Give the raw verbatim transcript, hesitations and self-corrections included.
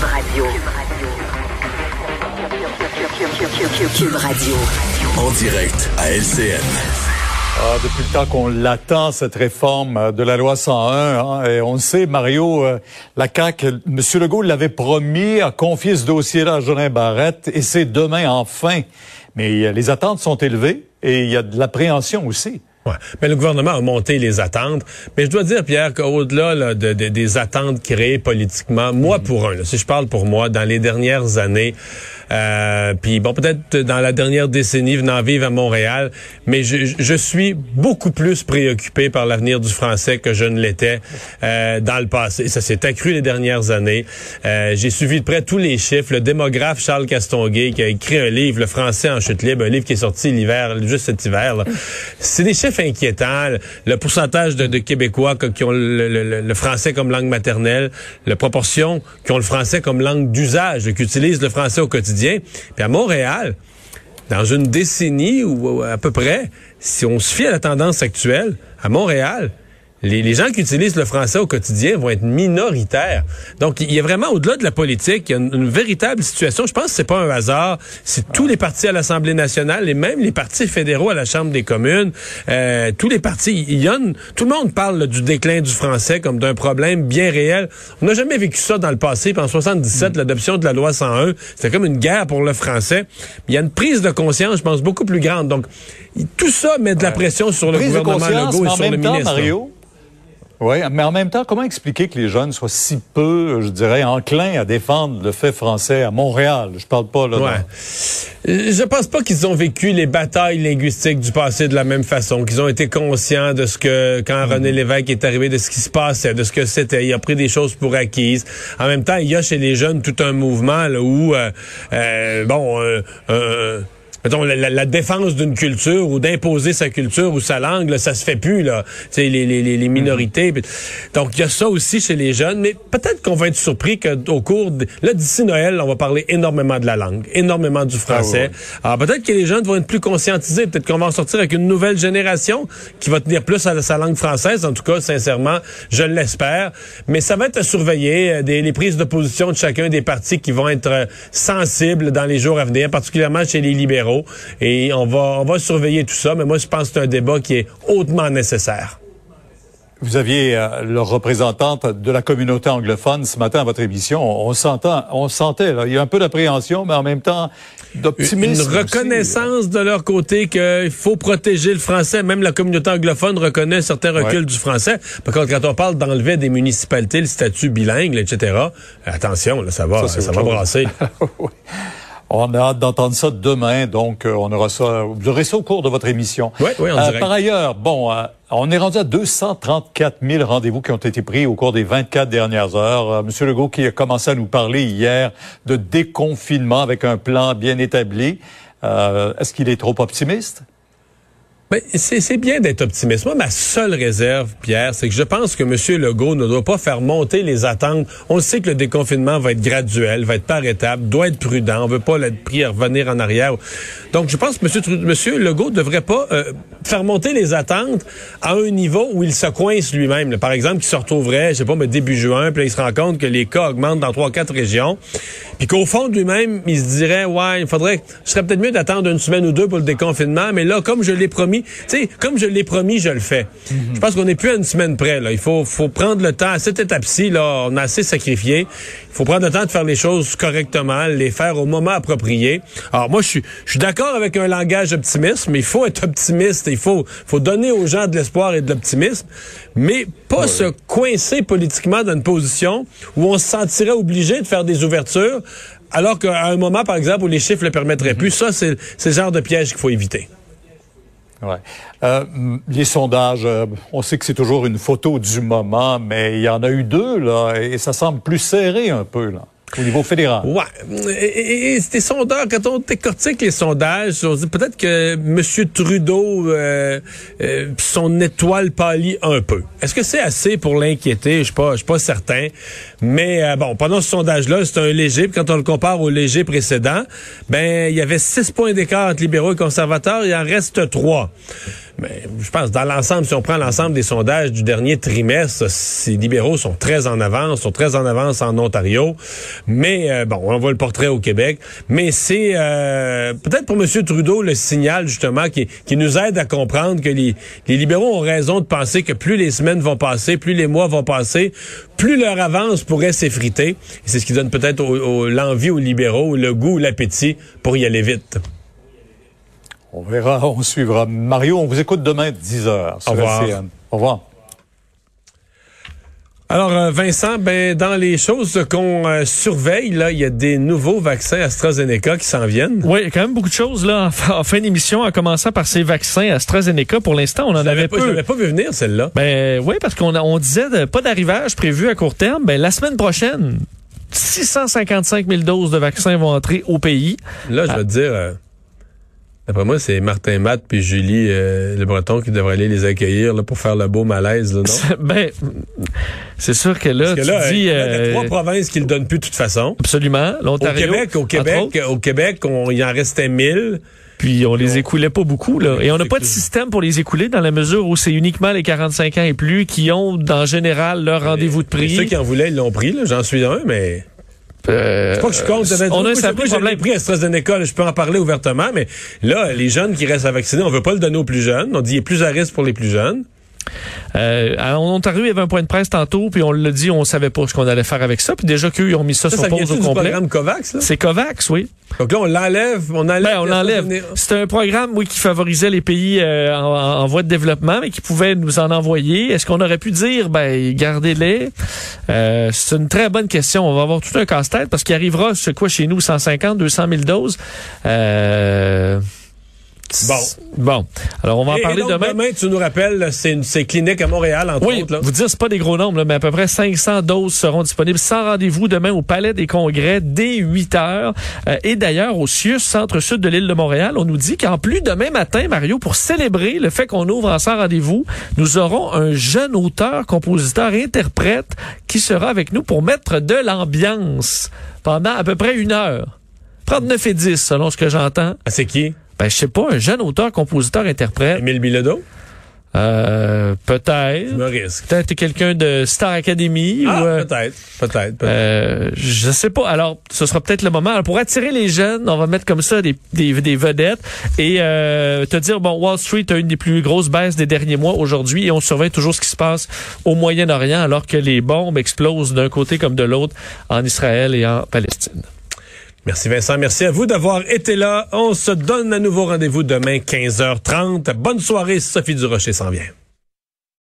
Radio. Cube Radio. En direct à L C N. Ah, depuis le temps qu'on l'attend, cette réforme de la loi cent un, hein, et on le sait, Mario, euh, la C A Q, M. Legault l'avait promis, a confié ce dossier-là à Jolin Barrette, et c'est demain enfin. Mais euh, les attentes sont élevées, et il y a de l'appréhension aussi. Ouais. Mais le gouvernement a monté les attentes. Mais je dois dire, Pierre, qu'au-delà là, de, de, des attentes créées politiquement, moi pour un, là, si je parle pour moi, dans les dernières années, euh, puis bon, peut-être dans la dernière décennie venant vivre à Montréal, mais je, je suis beaucoup plus préoccupé par l'avenir du français que je ne l'étais euh, dans le passé. Ça s'est accru les dernières années. Euh, j'ai suivi de près tous les chiffres. Le démographe Charles Castonguay, qui a écrit un livre, Le français en chute libre, un livre qui est sorti l'hiver, juste cet hiver, là. C'est des chiffres inquiétant. Le pourcentage de, de Québécois qui ont le, le, le français comme langue maternelle, la proportion qui ont le français comme langue d'usage, qui utilisent le français au quotidien. Puis à Montréal, dans une décennie ou à peu près, si on se fie à la tendance actuelle, à Montréal, Les, les gens qui utilisent le français au quotidien vont être minoritaires. Donc, il y a vraiment, au-delà de la politique, il y a une, une véritable situation. Je pense que c'est pas un hasard. C'est tous les partis à l'Assemblée nationale et même les partis fédéraux à la Chambre des communes, euh, tous les partis, il y a une, tout le monde parle là, du déclin du français comme d'un problème bien réel. On n'a jamais vécu ça dans le passé. Puis en soixante-dix-sept, mmh. l'adoption de la loi cent un, c'était comme une guerre pour le français. Il y a une prise de conscience, je pense, beaucoup plus grande. Donc, tout ça met de la pression sur le prise gouvernement Legault et sur le temps, ministre. Mario, oui, mais en même temps, comment expliquer que les jeunes soient si peu, je dirais, enclins à défendre le fait français à Montréal? Je parle pas, là. Ouais. Dans... Je pense pas qu'ils ont vécu les batailles linguistiques du passé de la même façon, qu'ils ont été conscients de ce que, quand mm-hmm. René Lévesque est arrivé, de ce qui se passait, de ce que c'était. Il a pris des choses pour acquises. En même temps, il y a chez les jeunes tout un mouvement, là, où, euh, euh, bon, euh, euh, mettons, la, la, la défense d'une culture ou d'imposer sa culture ou sa langue, là, ça se fait plus, là. Tu sais, les, les, les minorités. Mm-hmm. Donc, il y a ça aussi chez les jeunes, mais peut-être qu'on va être surpris qu'au cours de... Là, d'ici Noël, on va parler énormément de la langue, énormément du français. Ah, ouais. Alors, peut-être que les jeunes vont être plus conscientisés. Peut-être qu'on va en sortir avec une nouvelle génération qui va tenir plus à sa langue française. En tout cas, sincèrement, je l'espère. Mais ça va être à surveiller, des, les prises de position de chacun des partis qui vont être euh, sensibles dans les jours à venir, particulièrement chez les libéraux. Et on va, on va surveiller tout ça, mais moi, je pense que c'est un débat qui est hautement nécessaire. Vous aviez euh, le représentante de la communauté anglophone ce matin à votre émission. On, on s'entend, on sentait, là, il y a un peu d'appréhension, mais en même temps d'optimisme. Une reconnaissance aussi, de leur côté qu'il faut protéger le français. Même la communauté anglophone reconnaît certains reculs ouais. du français. Par contre, quand on parle d'enlever des municipalités le statut bilingue, et cetera, attention, là, ça va, ça, ça va brasser. Oui. On a hâte d'entendre ça demain, donc euh, on aura ça, vous aurez ça au cours de votre émission. Oui, oui, on dirait. Euh, par ailleurs, bon, euh, on est rendu à deux cent trente-quatre mille rendez-vous qui ont été pris au cours des vingt-quatre dernières heures. Euh, Monsieur Legault qui a commencé à nous parler hier de déconfinement avec un plan bien établi. Euh, est-ce qu'il est trop optimiste? Ben, c'est, c'est bien d'être optimiste. Moi, ma seule réserve, Pierre, c'est que je pense que M. Legault ne doit pas faire monter les attentes. On sait que le déconfinement va être graduel, va être par étapes, doit être prudent. On veut pas l'être pris à revenir en arrière. Donc, je pense que M. M. Legault ne devrait pas euh, faire monter les attentes à un niveau où il se coince lui-même. Là. Par exemple, qu'il se retrouverait, je sais pas, mais début juin, puis là, il se rend compte que les cas augmentent dans trois, quatre régions, puis qu'au fond de lui-même, il se dirait, ouais, il faudrait, ce serait peut-être mieux d'attendre une semaine ou deux pour le déconfinement, mais là, comme je l'ai promis, tu sais, comme je l'ai promis, je le fais. Mm-hmm. Je pense qu'on n'est plus à une semaine près, là. Il faut, faut prendre le temps. À cette étape-ci, là, on a assez sacrifié. Il faut prendre le temps de faire les choses correctement, les faire au moment approprié. Alors, moi, je suis, je suis d'accord avec un langage optimiste, mais il faut être optimiste. Il faut, faut donner aux gens de l'espoir et de l'optimisme, mais pas ouais. se coincer politiquement dans une position où on se sentirait obligé de faire des ouvertures, alors qu'à un moment, par exemple, où les chiffres le permettraient mm-hmm. plus. Ça, c'est, c'est le genre de piège qu'il faut éviter. Ouais. Euh, les sondages, euh, on sait que c'est toujours une photo du moment, mais il y en a eu deux, là, et ça semble plus serré un peu, là, au niveau fédéral. Ouais. Et, et, et ces sondeurs, quand on décortique les sondages, on se dit peut-être que M. Trudeau, euh, euh, son étoile pâlit un peu. Est-ce que c'est assez pour l'inquiéter? Je suis pas, je suis pas certain. Mais euh, bon, pendant ce sondage-là, c'est un léger. Puis quand on le compare au léger précédent, ben il y avait six points d'écart entre libéraux et conservateurs. Il en reste trois. Mais je pense, dans l'ensemble, si on prend l'ensemble des sondages du dernier trimestre, ces libéraux sont très en avance, sont très en avance en Ontario. Mais, euh, bon, on voit le portrait au Québec. Mais c'est euh, peut-être pour M. Trudeau le signal, justement, qui, qui nous aide à comprendre que les, les libéraux ont raison de penser que plus les semaines vont passer, plus les mois vont passer, plus leur avance pourrait s'effriter. Et c'est ce qui donne peut-être au, au, l'envie aux libéraux, le goût, l'appétit pour y aller vite. On verra, on suivra. Mario, on vous écoute demain dix heures sur L C N. Au revoir. Alors, euh, Vincent, ben dans les choses qu'on euh, surveille, là, il y a des nouveaux vaccins AstraZeneca qui s'en viennent. Oui, il y a quand même beaucoup de choses là en, en fin d'émission, en commençant par ces vaccins AstraZeneca. Pour l'instant, on en avait pas, peu. Je l'avais pas vu venir, celle-là. Ben oui, parce qu'on a, on disait de, pas d'arrivage prévu à court terme. Ben la semaine prochaine, six cent cinquante-cinq mille doses de vaccins vont entrer au pays. Là, je vais ah. te dire... Euh... D'après moi, c'est Martin Matt puis Julie euh, Le Breton qui devraient aller les accueillir là, pour faire le beau malaise, là, non? Ben, c'est sûr que là, Parce que là, tu dis... il y a euh, trois provinces qui le donnent plus de toute façon. Absolument. L'Ontario, au Québec, au Québec, au Québec, on, il en restait mille. Puis on les écoulait pas beaucoup, là. Et on n'a pas de système pour les écouler dans la mesure où c'est uniquement les quarante-cinq ans et plus qui ont, en général, leur rendez-vous de prix. Ceux qui en voulaient, ils l'ont pris, là. J'en suis un, mais... Euh, c'est pas que je compte. On a un certain problème. J'ai pris AstraZeneca, là, je peux en parler ouvertement, mais là, les jeunes qui restent à vacciner, on veut pas le donner aux plus jeunes. On dit qu'il est plus à risque pour les plus jeunes. Euh, en Ontario, il y avait un point de presse tantôt, puis on l'a dit, on savait pas ce qu'on allait faire avec ça. Puis déjà qu'eux, ils ont mis ça, ça sur pause au complet. C'est le programme COVAX, là? C'est COVAX, oui. Donc là, on l'enlève, on enlève. Ben, on l'enlève. C'est un programme, oui, qui favorisait les pays euh, en, en voie de développement, mais qui pouvait nous en envoyer. Est-ce qu'on aurait pu dire, ben, gardez-les? Euh, c'est une très bonne question. On va avoir tout un casse-tête parce qu'il arrivera, c'est quoi, chez nous, cent cinquante, deux cent mille doses. Euh... Bon. Bon. Alors, on va en et, parler et donc, demain. Demain, tu nous rappelles, c'est, c'est clinique à Montréal, entre oui, autres. Oui, vous dire, c'est pas des gros nombres, là, mais à peu près cinq cents doses seront disponibles sans rendez-vous demain au Palais des Congrès dès huit heures. Euh, et d'ailleurs, au C I U S, centre-sud de l'île de Montréal, on nous dit qu'en plus, demain matin, Mario, pour célébrer le fait qu'on ouvre en sans rendez-vous, nous aurons un jeune auteur, compositeur, interprète qui sera avec nous pour mettre de l'ambiance pendant à peu près une heure. trente-neuf et dix, selon ce que j'entends. Ah, c'est qui? Ben, je sais pas, un jeune auteur, compositeur, interprète. Émile Bilodeau? Euh, peut-être. Je me risque. Peut-être quelqu'un de Star Academy. Ah, ou, euh, peut-être, peut-être, peut-être. Euh, je sais pas. Alors, ce sera peut-être le moment. Alors, pour attirer les jeunes, on va mettre comme ça des, des, des vedettes et euh, te dire, bon, Wall Street a une des plus grosses baisses des derniers mois aujourd'hui et on surveille toujours ce qui se passe au Moyen-Orient alors que les bombes explosent d'un côté comme de l'autre en Israël et en Palestine. Merci Vincent, merci à vous d'avoir été là. On se donne à nouveau rendez-vous demain quinze heures trente. Bonne soirée, Sophie Durocher s'en vient.